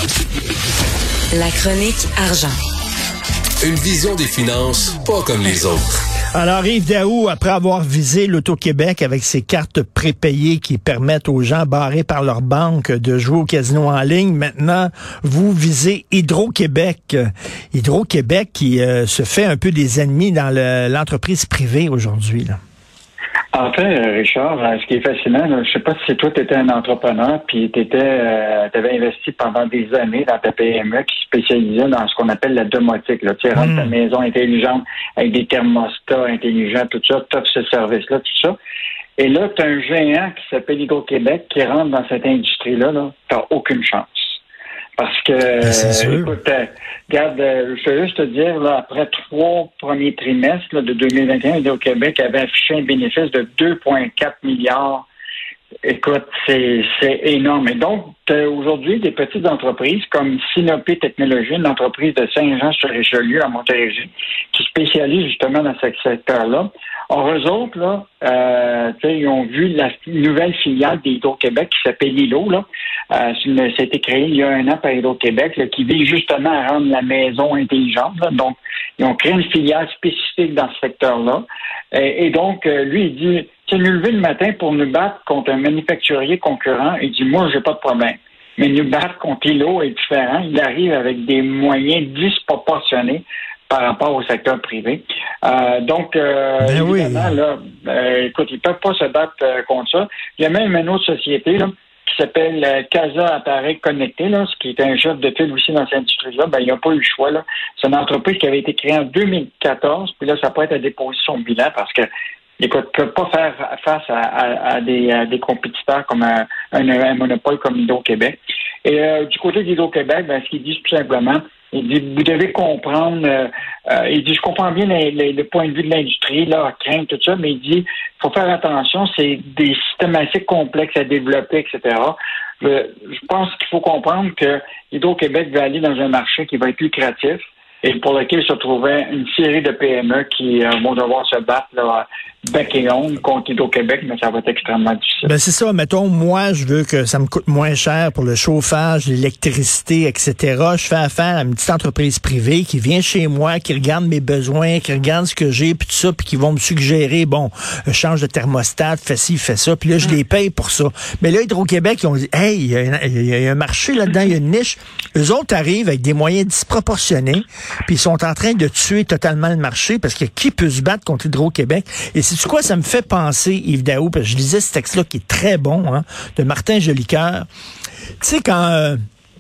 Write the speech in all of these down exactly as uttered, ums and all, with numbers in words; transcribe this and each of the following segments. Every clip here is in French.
La chronique argent. Une vision des finances pas comme les autres. Alors, Yves Daou, après avoir visé l'Auto-Québec avec ses cartes prépayées qui permettent aux gens barrés par leur banque de jouer au casino en ligne, maintenant, vous visez Hydro-Québec. Hydro-Québec qui euh, se fait un peu des ennemis dans le, l'entreprise privée aujourd'hui, là. En fait, Richard, ce qui est fascinant, là, je sais pas si toi, tu étais un entrepreneur, puis tu euh, avais investi pendant des années dans ta P M E qui spécialisait dans ce qu'on appelle la domotique. Là. Tu sais, rendre ta maison intelligente avec des thermostats intelligents, tout ça, tout ce service-là, tout ça. Et là, tu as un géant qui s'appelle Hydro-Québec qui rentre dans cette industrie-là, là, tu n'as aucune chance. Parce que, euh, écoute, euh, regarde, euh, je veux juste te dire, là, après trois premiers trimestres là, de deux mille vingt et un, Hydro-Québec avait affiché un bénéfice de deux virgule quatre milliards. Écoute, c'est, c'est énorme. Et donc, aujourd'hui, des petites entreprises comme Sinopé Technologies, une entreprise de Saint-Jean-sur-Richelieu, à Montérégie, qui spécialise justement dans ce secteur-là. Or, eux autres, là, euh, ils ont vu la nouvelle filiale d'Hydro-Québec qui s'appelle Lilo, là. Euh, ça a été créé il y a un an par Hydro-Québec, là, qui vise justement à rendre la maison intelligente. Là. Donc, ils ont créé une filiale spécifique dans ce secteur-là. Et, et donc, euh, lui, il dit, tu nous lever le matin pour nous battre contre un manufacturier concurrent. Il dit, moi, j'ai pas de problème. Mais nous battre contre Lilo est différent. Il arrive avec des moyens disproportionnés par rapport au secteur privé. Euh, donc, euh, ben évidemment, oui. là, euh, écoute, ils peuvent pas se battre euh, contre ça. Il y a même une autre société, là, qui s'appelle euh, Casa Appareil Connecté, là, ce qui est un chef de file aussi dans cette industrie-là. Ben, il n'y a pas eu le choix, là. C'est une entreprise qui avait été créée en deux mille quatorze, puis là, ça peut être à déposer son bilan parce que écoute, ne peut pas faire face à, à, à, des, à des compétiteurs comme un, un, un monopole comme Hydro-Québec. Et euh, du côté d'Hydro-Québec, ben, ce qu'ils disent tout simplement, il dit, vous devez comprendre, euh, euh, il dit, je comprends bien les, les, le point de vue de l'industrie, leur crainte, tout ça, mais il dit, il faut faire attention, c'est des systèmes assez complexes à développer, et cetera. Je, je pense qu'il faut comprendre que Hydro-Québec va aller dans un marché qui va être lucratif et pour lequel se trouvait une série de P M E qui euh, vont devoir se battre là, bec et ongle contre Hydro-Québec, mais ça va être extrêmement difficile. Ben c'est ça. Mettons, moi, je veux que ça me coûte moins cher pour le chauffage, l'électricité, et cetera. Je fais affaire à une petite entreprise privée qui vient chez moi, qui regarde mes besoins, qui regarde ce que j'ai, puis tout ça, puis qui vont me suggérer, bon, change de thermostat, fais ci, fais ça, puis là, je les paye pour ça. Mais là, Hydro-Québec, ils ont dit, hey, il y, y, y a un marché là-dedans, il y a une niche. Eux autres arrivent avec des moyens disproportionnés, puis ils sont en train de tuer totalement le marché, parce que qui peut se battre contre Hydro-Québec? Et c'est quoi, ça me fait penser, Yves Daou, parce que je lisais ce texte-là qui est très bon, hein, de Martin Jolicoeur. Tu sais, quand euh,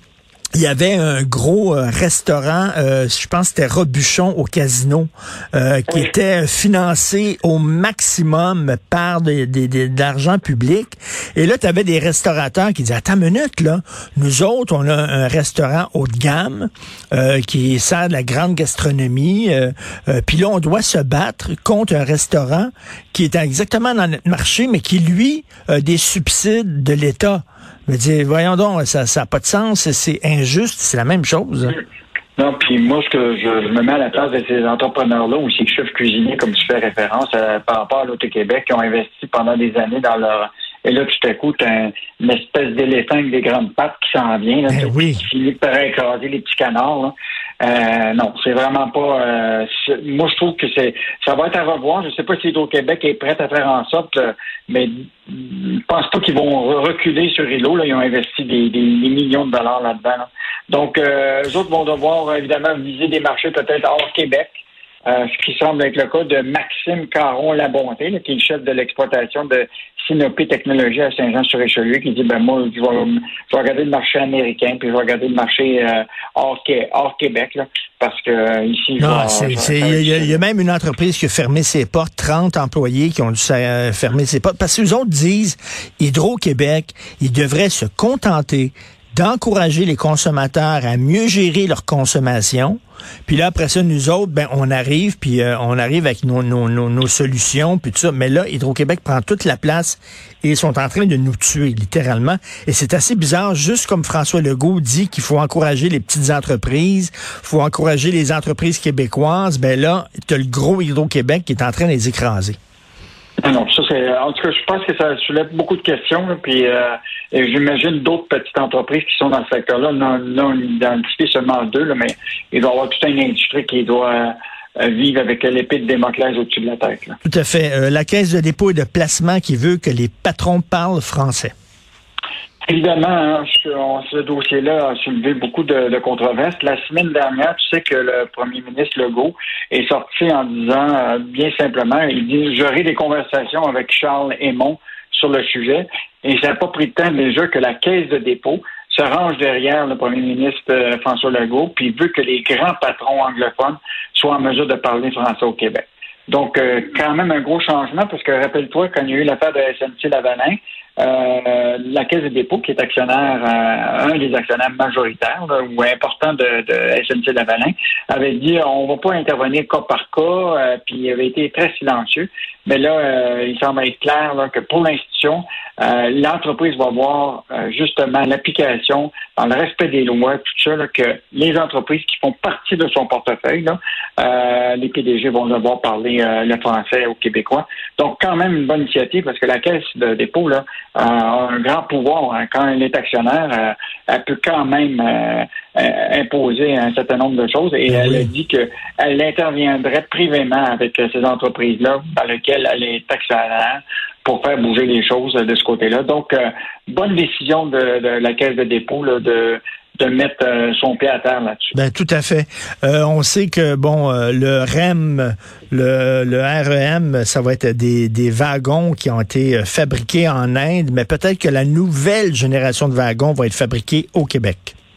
il y avait un gros euh, restaurant, euh, je pense que c'était Robuchon au Casino, euh, qui oui. était financé au maximum par de, de, de, de l'argent public. Et là, tu avais des restaurateurs qui disaient, attends une minute, là, nous autres, on a un restaurant haut de gamme euh, qui sert de la grande gastronomie, euh, euh, puis là, on doit se battre contre un restaurant qui est exactement dans notre marché, mais qui, lui, a des subsides de l'État. Je me dis, voyons donc, ça n'a pas de sens, c'est injuste, c'est la même chose. Non, puis moi, ce que je, je me mets à la place de ces entrepreneurs-là, ou ces chefs cuisiniers, comme tu fais référence, euh, par rapport à l'Auto-Québec, qui ont investi pendant des années dans leur... Et là, tout à coup, tu as une espèce d'éléphant avec des grandes pattes qui s'en vient, là, ben qui, oui. qui finit par écraser les petits canards. Là. Euh, non, c'est vraiment pas... Euh, moi, je trouve que c'est ça va être à revoir. Je sais pas si Hydro-Québec est prête à faire en sorte, là, mais je pense pas qu'ils vont reculer sur Hilo. Là. Ils ont investi des, des, des millions de dollars là-dedans. Là. Donc, euh, eux autres vont devoir, évidemment, viser des marchés peut-être hors Québec. Euh, ce qui semble être le cas de Maxime Caron-Labonté, là, qui est le chef de l'exploitation de Sinopé Technologies à Saint-Jean-sur-Richelieu, qui dit, ben moi, je vais, je vais regarder le marché américain, puis je vais regarder le marché euh, hors, hors Québec, là, parce que euh, ici... Non, il y, y a même une entreprise qui a fermé ses portes, trente employés qui ont dû euh, fermer ses portes, parce que les autres disent, Hydro-Québec, ils devraient se contenter d'encourager les consommateurs à mieux gérer leur consommation. Puis là, après ça, nous autres, ben, on arrive, puis euh, on arrive avec nos, nos, nos, nos solutions, puis tout ça. Mais là, Hydro-Québec prend toute la place et ils sont en train de nous tuer, littéralement. Et c'est assez bizarre, juste comme François Legault dit qu'il faut encourager les petites entreprises, faut encourager les entreprises québécoises, ben là, t'as le gros Hydro-Québec qui est en train de les écraser. Non, non, ça c'est. En tout cas, je pense que ça soulève beaucoup de questions. Là, puis euh, et j'imagine d'autres petites entreprises qui sont dans ce secteur-là, non, non identifiées seulement deux, là, mais il doit y avoir toute une industrie qui doit euh, vivre avec l'épée de Damoclès au-dessus de la tête. Là. Tout à fait. Euh, la Caisse de dépôt et de placement qui veut que les patrons parlent français. Évidemment, hein, ce dossier-là a soulevé beaucoup de, de controverses. La semaine dernière, tu sais que le premier ministre Legault est sorti en disant, euh, bien simplement, il dit « J'aurai des conversations avec Charles Hémon sur le sujet ». Et ça n'a pas pris de temps déjà que la Caisse de dépôt se range derrière le premier ministre euh, François Legault, puis veut que les grands patrons anglophones soient en mesure de parler français au Québec. Donc, euh, quand même un gros changement, parce que rappelle-toi, quand il y a eu l'affaire de S N C-Lavalin, euh, la Caisse de dépôt, qui est actionnaire, euh, un des actionnaires majoritaires là, ou importants de, de S N C-Lavalin, avait dit on va pas intervenir cas par cas, euh, puis il avait été très silencieux. Mais là, euh, il semble être clair là, que pour l'institution, euh, l'entreprise va voir euh, justement l'application dans le respect des lois, tout ça, là, que les entreprises qui font partie de son portefeuille, là, euh, les P D G vont devoir parler euh, le français aux Québécois. Donc, quand même une bonne initiative parce que la Caisse de dépôt là, euh, a un grand pouvoir. Hein. Quand elle est actionnaire, euh, elle peut quand même euh, euh, imposer un certain nombre de choses et elle a dit qu'elle interviendrait privément avec euh, ces entreprises-là dans lesquelles elle est actionnaire pour faire bouger les choses de ce côté-là. Donc, euh, bonne décision de, de la Caisse de dépôt là, de de mettre euh, son pied à terre là-dessus. Ben tout à fait. Euh, on sait que bon, euh, le R E M, le, le R E M, ça va être des, des wagons qui ont été fabriqués en Inde, mais peut-être que la nouvelle génération de wagons va être fabriquée au Québec.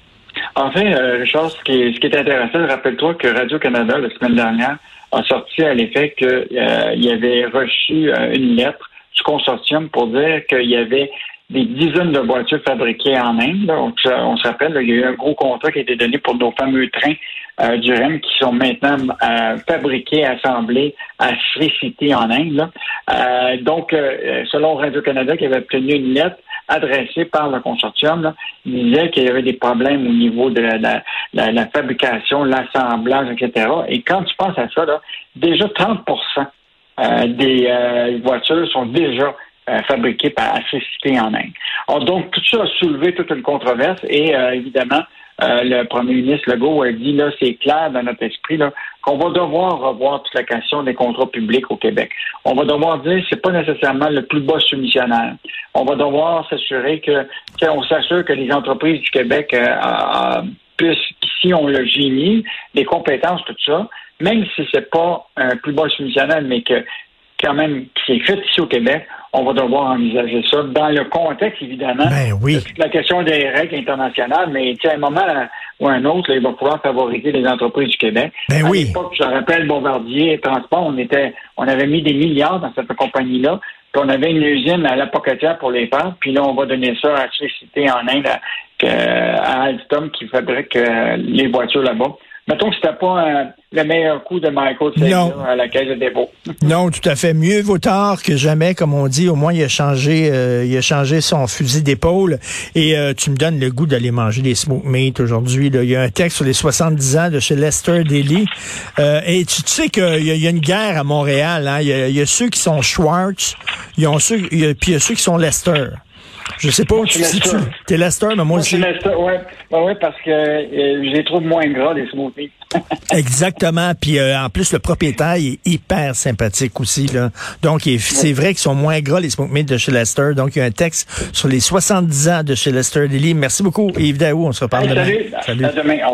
Enfin, euh, Richard, ce qui est, ce qui est intéressant, rappelle-toi que Radio-Canada, la semaine dernière, a sorti à l'effet qu'il euh, y avait reçu euh, une lettre du consortium pour dire qu'il y avait des dizaines de voitures fabriquées en Inde. Là. On, on se rappelle, là, il y a eu un gros contrat qui a été donné pour nos fameux trains euh, du R E M qui sont maintenant euh, fabriqués, assemblés à Sri City en Inde. Là. Euh, donc, euh, selon Radio-Canada, qui avait obtenu une lettre adressée par le consortium, là, il disait qu'il y avait des problèmes au niveau de la, la, la, la fabrication, l'assemblage, et cetera. Et quand tu penses à ça, là, déjà trente pour cent euh, des euh, voitures sont déjà Euh, fabriqué par Assisté en Inde. Alors, donc, tout ça a soulevé toute une controverse et, euh, évidemment, euh, le premier ministre Legault a dit, là, c'est clair dans notre esprit, là, qu'on va devoir revoir toute la question des contrats publics au Québec. On va devoir dire, c'est pas nécessairement le plus bas soumissionnaire. On va devoir s'assurer que, tu sais, on s'assure que les entreprises du Québec euh, euh, puissent, si on le génie, les compétences, tout ça, même si c'est pas un plus bas soumissionnaire, mais que, quand même, qui est fait ici au Québec, on va devoir envisager ça dans le contexte, évidemment, ben oui. de toute la question des règles internationales, mais à un moment ou un autre, là, il va pouvoir favoriser les entreprises du Québec. Ben à oui. l'époque, je rappelle, Bombardier Transport, on était, on avait mis des milliards dans cette compagnie-là, puis on avait une usine à la Pocatière pour les faire, puis là, on va donner ça à Cité en Inde, à, à Alstom qui fabrique euh, les voitures là-bas. Mettons que c'était pas euh, le meilleur coup de Michael Saylor à la Caisse de dépôt. Non, tout à fait. Mieux vaut tard que jamais, comme on dit. Au moins, il a changé, euh, il a changé son fusil d'épaule. Et euh, tu me donnes le goût d'aller manger des smoke meat aujourd'hui. Là. Il y a un texte sur les soixante-dix ans de chez Lester Daily. Euh, et tu, tu sais qu'il y, y a une guerre à Montréal. Hein. Il, y a, il y a ceux qui sont Schwartz, il y a ceux, il y a, puis il y a ceux qui sont Lester. Je sais pas où tu si tu T'es Lester, mais moi, moi aussi. Je suis Lester, ouais. Ben ouais, parce que euh, je les trouve moins gras, les smoothies. Exactement. Puis euh, en plus, le propriétaire il est hyper sympathique aussi. Là. Donc, il est, c'est vrai qu'ils sont moins gras, les smoke meat de chez Lester. Donc, il y a un texte sur les soixante-dix ans de chez Lester Daily. Merci beaucoup, Yves Daou. On se reparle Hey, demain. Salut. Salut. À demain.